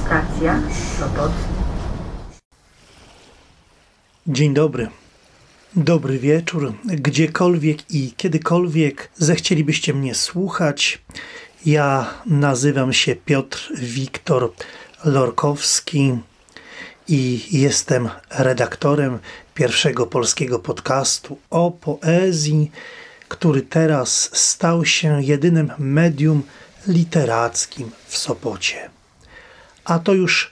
Stacja Sopot. Dzień dobry. Dobry wieczór. Gdziekolwiek i kiedykolwiek zechcielibyście mnie słuchać. Ja nazywam się Piotr Wiktor Lorkowski i jestem redaktorem pierwszego polskiego podcastu o poezji, który teraz stał się jedynym medium literackim w Sopocie. A to już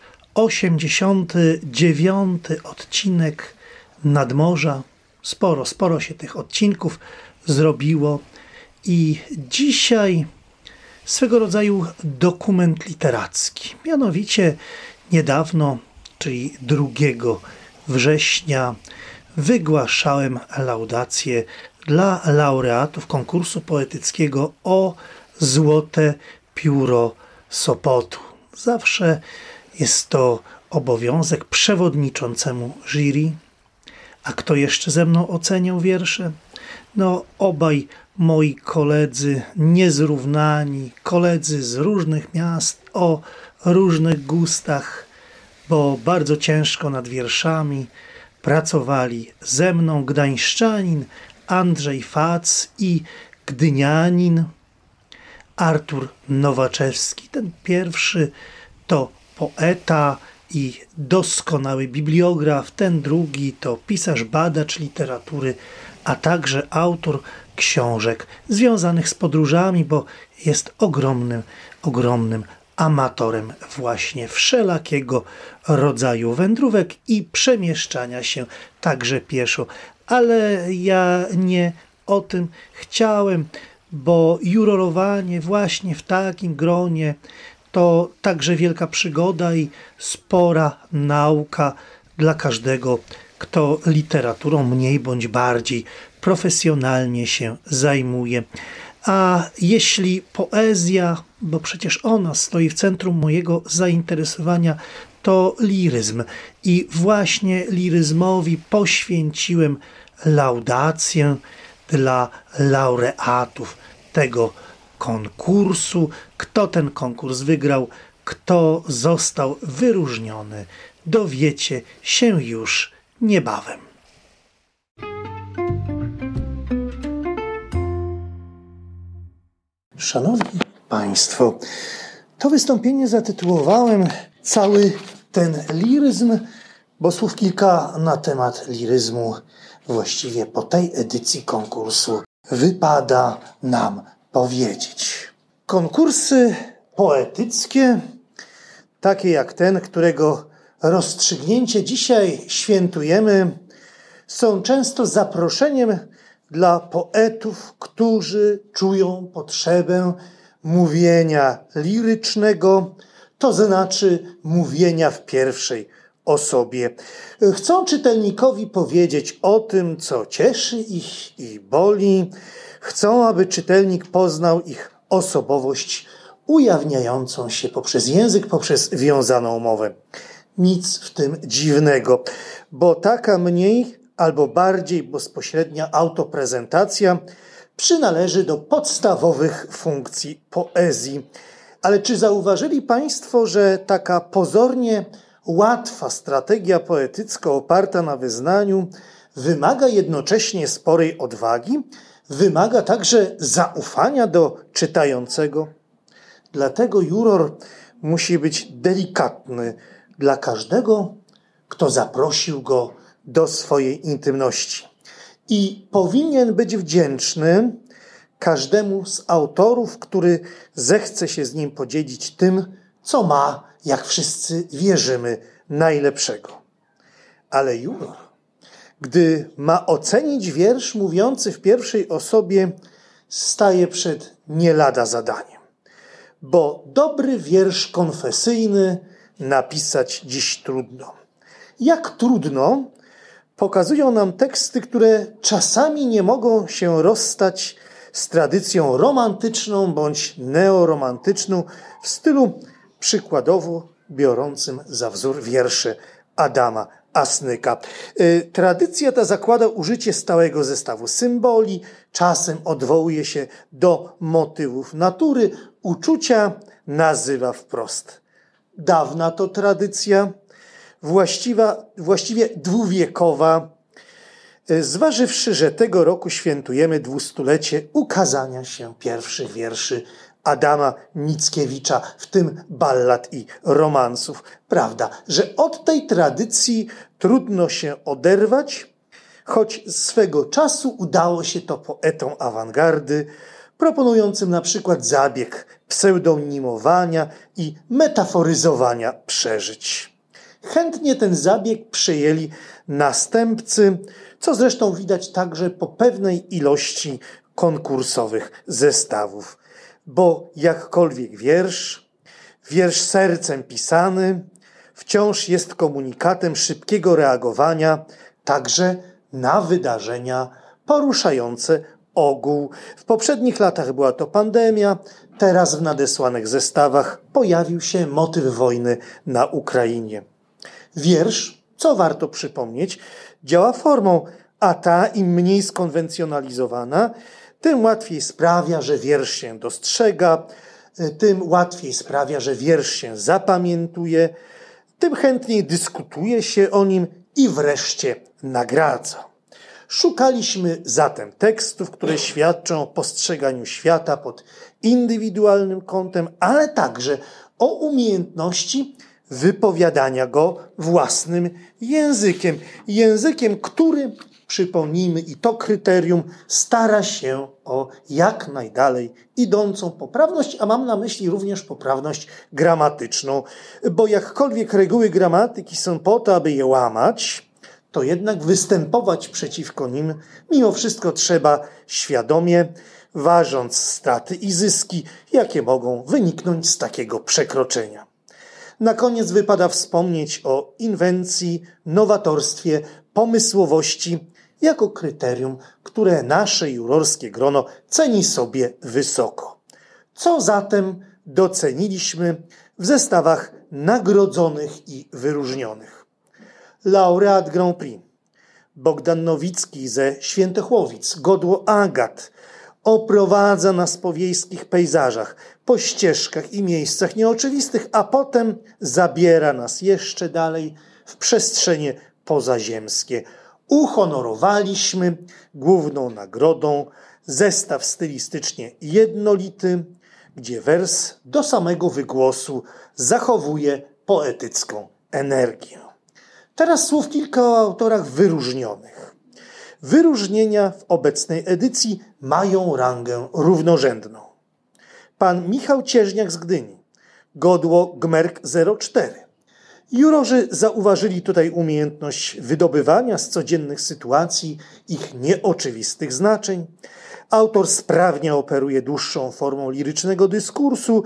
89. odcinek Nadmorza. Sporo się tych odcinków zrobiło i dzisiaj swego rodzaju dokument literacki. Mianowicie niedawno, czyli 2 września, wygłaszałem laudację dla laureatów konkursu poetyckiego o Złote Pióro Sopotu. Zawsze jest to obowiązek przewodniczącemu jury. A kto jeszcze ze mną oceniał wiersze? No, obaj moi koledzy niezrównani, koledzy z różnych miast, o różnych gustach, bo bardzo ciężko nad wierszami pracowali ze mną gdańszczanin Andrzej Fac i gdynianin Artur Nowaczewski. Ten pierwszy to poeta i doskonały bibliograf, ten drugi to pisarz, badacz literatury, a także autor książek związanych z podróżami, bo jest ogromnym amatorem właśnie wszelakiego rodzaju wędrówek i przemieszczania się także pieszo. Ale ja nie o tym chciałem, bo jurorowanie właśnie w takim gronie to także wielka przygoda i spora nauka dla każdego, kto literaturą mniej bądź bardziej profesjonalnie się zajmuje. A jeśli poezja, bo przecież ona stoi w centrum mojego zainteresowania, to liryzm. I właśnie liryzmowi poświęciłem laudację dla laureatów tego konkursu. Kto ten konkurs wygrał, kto został wyróżniony, dowiecie się już niebawem. Szanowni Państwo, to wystąpienie zatytułowałem Cały ten liryzm, bo słów kilka na temat liryzmu właściwie po tej edycji konkursu wypada nam powiedzieć. Konkursy poetyckie, takie jak ten, którego rozstrzygnięcie dzisiaj świętujemy, są często zaproszeniem dla poetów, którzy czują potrzebę mówienia lirycznego, to znaczy mówienia w pierwszej osobie. Chcą czytelnikowi powiedzieć o tym, co cieszy ich i boli. Chcą, aby czytelnik poznał ich osobowość ujawniającą się poprzez język, poprzez wiązaną mowę. Nic w tym dziwnego, bo taka mniej albo bardziej bezpośrednia autoprezentacja przynależy do podstawowych funkcji poezji. Ale czy zauważyli Państwo, że taka pozornie łatwa strategia poetycka oparta na wyznaniu wymaga jednocześnie sporej odwagi, wymaga także zaufania do czytającego? Dlatego juror musi być delikatny dla każdego, kto zaprosił go do swojej intymności. I powinien być wdzięczny każdemu z autorów, który zechce się z nim podzielić tym, co ma, jak wszyscy wierzymy, najlepszego. Ale juror, gdy ma ocenić wiersz mówiący w pierwszej osobie, staje przed nie lada zadaniem. Bo dobry wiersz konfesyjny napisać dziś trudno. Jak trudno, pokazują nam teksty, które czasami nie mogą się rozstać z tradycją romantyczną bądź neoromantyczną w stylu przykładowo biorącym za wzór wiersze Adama Asnyka. Tradycja ta zakłada użycie stałego zestawu symboli, czasem odwołuje się do motywów natury, uczucia nazywa wprost dawna to tradycja, właściwie dwuwiekowa, zważywszy, że tego roku świętujemy 200-lecie ukazania się pierwszych wierszy Adama Mickiewicza, w tym ballad i romansów. Prawda, że od tej tradycji trudno się oderwać, choć swego czasu udało się to poetom awangardy, proponującym na przykład zabieg pseudonimowania i metaforyzowania przeżyć. Chętnie ten zabieg przejęli następcy, co zresztą widać także po pewnej ilości konkursowych zestawów. Bo jakkolwiek wiersz sercem pisany, wciąż jest komunikatem szybkiego reagowania także na wydarzenia poruszające ogół. W poprzednich latach była to pandemia, teraz w nadesłanych zestawach pojawił się motyw wojny na Ukrainie. Wiersz, co warto przypomnieć, działa formą, a ta im mniej skonwencjonalizowana, tym łatwiej sprawia, że wiersz się dostrzega, tym łatwiej sprawia, że wiersz się zapamiętuje, tym chętniej dyskutuje się o nim i wreszcie nagradza. Szukaliśmy zatem tekstów, które świadczą o postrzeganiu świata pod indywidualnym kątem, ale także o umiejętności wypowiadania go własnym językiem. Językiem, który, przypomnijmy, i to kryterium, stara się o jak najdalej idącą poprawność, a mam na myśli również poprawność gramatyczną, bo jakkolwiek reguły gramatyki są po to, aby je łamać, to jednak występować przeciwko nim mimo wszystko trzeba świadomie, ważąc straty i zyski, jakie mogą wyniknąć z takiego przekroczenia. Na koniec wypada wspomnieć o inwencji, nowatorstwie, pomysłowości jako kryterium, które nasze jurorskie grono ceni sobie wysoko. Co zatem doceniliśmy w zestawach nagrodzonych i wyróżnionych? Laureat Grand Prix Bogdan Nowicki ze Świętochłowic, godło Agat, oprowadza nas po wiejskich pejzażach, po ścieżkach i miejscach nieoczywistych, a potem zabiera nas jeszcze dalej w przestrzenie pozaziemskie. Uhonorowaliśmy główną nagrodą zestaw stylistycznie jednolity, gdzie wers do samego wygłosu zachowuje poetycką energię. Teraz słów kilka o autorach wyróżnionych. Wyróżnienia w obecnej edycji mają rangę równorzędną. Pan Michał Cieżniak z Gdyni, godło Gmerk 04. Jurorzy zauważyli tutaj umiejętność wydobywania z codziennych sytuacji ich nieoczywistych znaczeń. Autor sprawnie operuje dłuższą formą lirycznego dyskursu,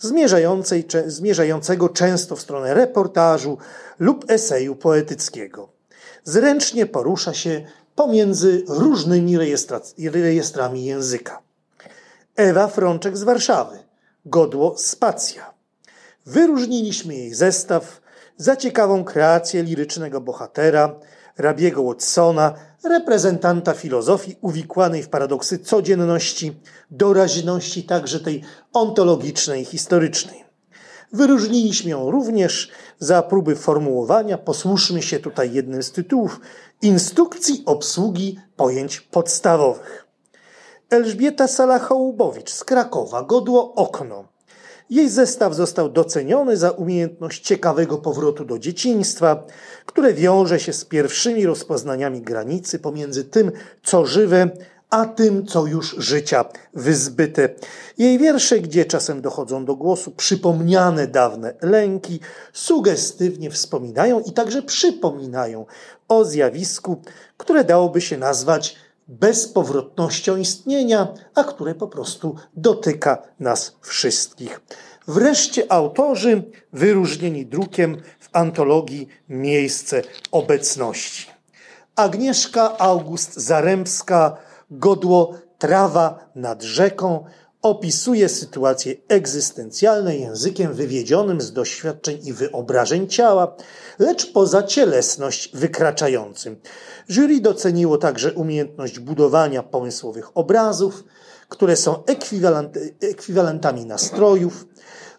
zmierzającego często w stronę reportażu lub eseju poetyckiego. Zręcznie porusza się pomiędzy różnymi rejestrami języka. Ewa Frączek z Warszawy, godło Spacja. Wyróżniliśmy jej zestaw za ciekawą kreację lirycznego bohatera, Rabiego Watsona, reprezentanta filozofii uwikłanej w paradoksy codzienności, doraźności także tej ontologicznej, historycznej. Wyróżniliśmy ją również za próby formułowania, posłuszmy się tutaj jednym z tytułów, instrukcji obsługi pojęć podstawowych. Elżbieta Sala-Hołubowicz z Krakowa, godło Okno. Jej zestaw został doceniony za umiejętność ciekawego powrotu do dzieciństwa, które wiąże się z pierwszymi rozpoznaniami granicy pomiędzy tym, co żywe, a tym, co już życia wyzbyte. Jej wiersze, gdzie czasem dochodzą do głosu przypomniane dawne lęki, sugestywnie wspominają i także przypominają o zjawisku, które dałoby się nazwać bezpowrotnością istnienia, a które po prostu dotyka nas wszystkich. Wreszcie autorzy wyróżnieni drukiem w antologii Miejsce obecności. Agnieszka August Zarębska, godło Trawa nad rzeką, opisuje sytuacje egzystencjalne językiem wywiedzionym z doświadczeń i wyobrażeń ciała, lecz poza cielesność wykraczającym. Jury doceniło także umiejętność budowania pomysłowych obrazów, które są ekwiwalentami nastrojów,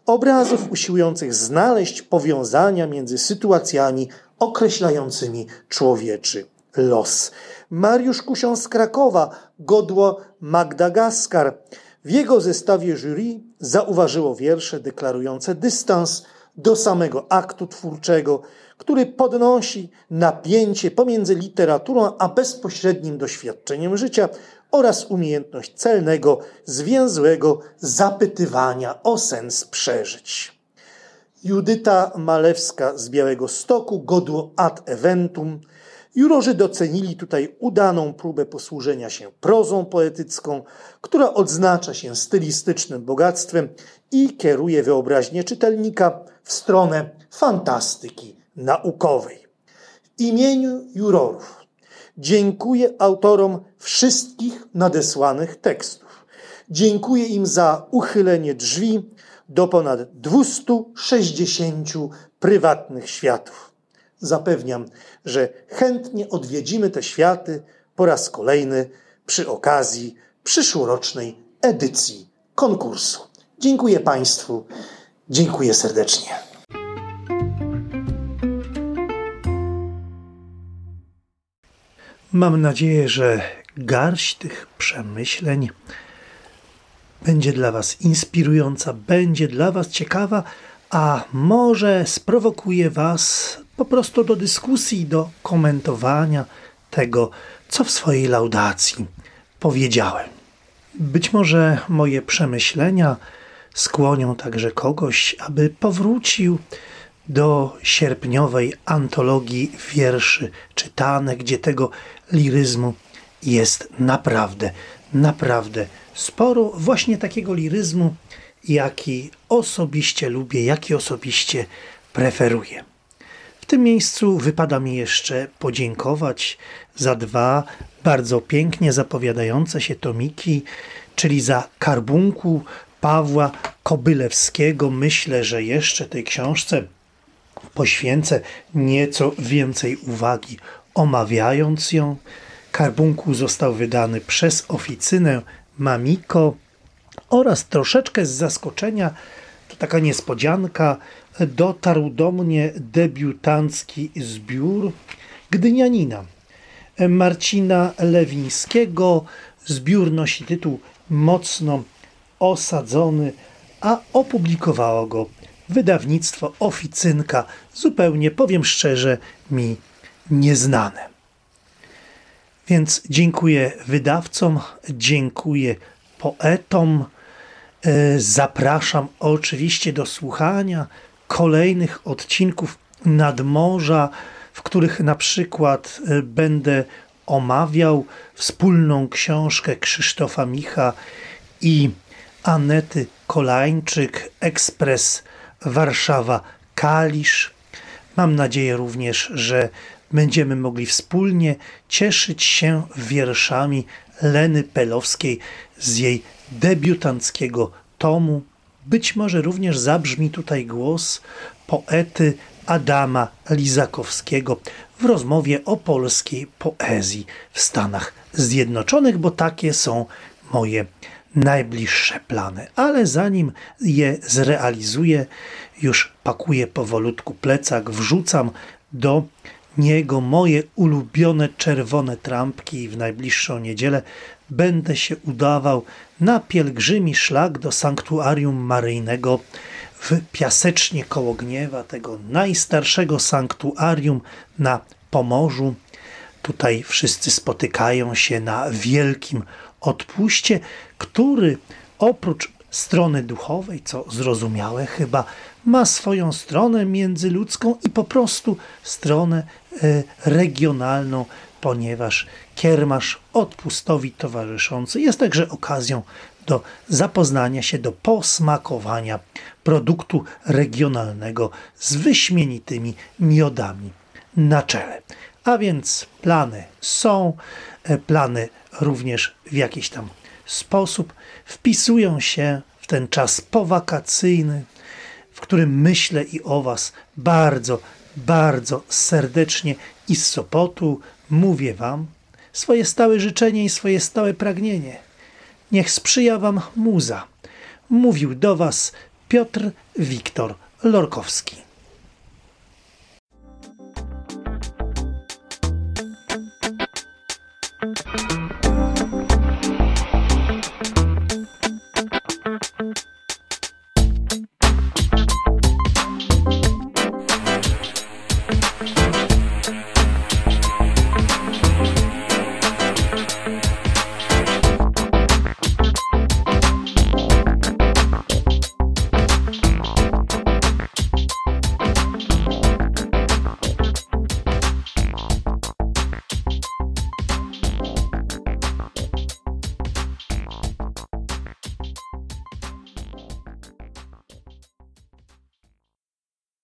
obrazów usiłujących znaleźć powiązania między sytuacjami określającymi człowieczy los. Mariusz Kusią z Krakowa, godło Madagaskar. W jego zestawie jury zauważyło wiersze deklarujące dystans do samego aktu twórczego, który podnosi napięcie pomiędzy literaturą a bezpośrednim doświadczeniem życia oraz umiejętność celnego, zwięzłego zapytywania o sens przeżyć. Judyta Malewska z Białegostoku, godło ad eventum. Jurorzy docenili tutaj udaną próbę posłużenia się prozą poetycką, która odznacza się stylistycznym bogactwem i kieruje wyobraźnię czytelnika w stronę fantastyki naukowej. W imieniu jurorów dziękuję autorom wszystkich nadesłanych tekstów. Dziękuję im za uchylenie drzwi do ponad 260 prywatnych światów. Zapewniam, że chętnie odwiedzimy te światy po raz kolejny przy okazji przyszłorocznej edycji konkursu. Dziękuję Państwu, dziękuję serdecznie. Mam nadzieję, że garść tych przemyśleń będzie dla Was inspirująca, będzie dla Was ciekawa, a może sprowokuje Was po prostu do dyskusji, do komentowania tego, co w swojej laudacji powiedziałem. Być może moje przemyślenia skłonią także kogoś, aby powrócił do sierpniowej antologii wierszy czytanych, gdzie tego liryzmu jest naprawdę sporo. Właśnie takiego liryzmu, jaki osobiście lubię, jaki osobiście preferuję. W tym miejscu wypada mi jeszcze podziękować za 2 bardzo pięknie zapowiadające się tomiki, czyli za Karbunkuł Pawła Kobylewskiego. Myślę, że jeszcze tej książce poświęcę nieco więcej uwagi, omawiając ją. Karbunkuł został wydany przez Oficynę Mamiko oraz troszeczkę z zaskoczenia, to taka niespodzianka, dotarł do mnie debiutancki zbiór Gdynianina Marcina Lewińskiego. Zbiór nosi tytuł Mocno osadzony, a opublikowało go wydawnictwo Oficynka, zupełnie, powiem szczerze, mi nieznane. Więc dziękuję wydawcom, dziękuję poetom. Zapraszam oczywiście do słuchania kolejnych odcinków Nadmorza, w których na przykład będę omawiał wspólną książkę Krzysztofa Micha i Anety Kolańczyk, Ekspres Warszawa-Kalisz. Mam nadzieję również, że będziemy mogli wspólnie cieszyć się wierszami Leny Pelowskiej z jej debiutanckiego tomu. Być może również zabrzmi tutaj głos poety Adama Lizakowskiego w rozmowie o polskiej poezji w Stanach Zjednoczonych, bo takie są moje najbliższe plany. Ale zanim je zrealizuję, już pakuję powolutku plecak, wrzucam do niego moje ulubione czerwone trampki i w najbliższą niedzielę będę się udawał na pielgrzymi szlak do sanktuarium maryjnego w Piasecznie koło Gniewa, tego najstarszego sanktuarium na Pomorzu. Tutaj wszyscy spotykają się na Wielkim Odpuście, który oprócz strony duchowej, co zrozumiałe chyba, ma swoją stronę międzyludzką i po prostu stronę regionalną, ponieważ kiermasz odpustowi towarzyszący jest także okazją do zapoznania się, do posmakowania produktu regionalnego z wyśmienitymi miodami na czele. A więc plany są, plany również w jakiś tam sposób wpisują się w ten czas powakacyjny, w którym myślę i o Was bardzo serdecznie i z Sopotu mówię Wam swoje stałe życzenie i swoje stałe pragnienie. Niech sprzyja Wam muza. Mówił do Was Piotr Wiktor Lorkowski.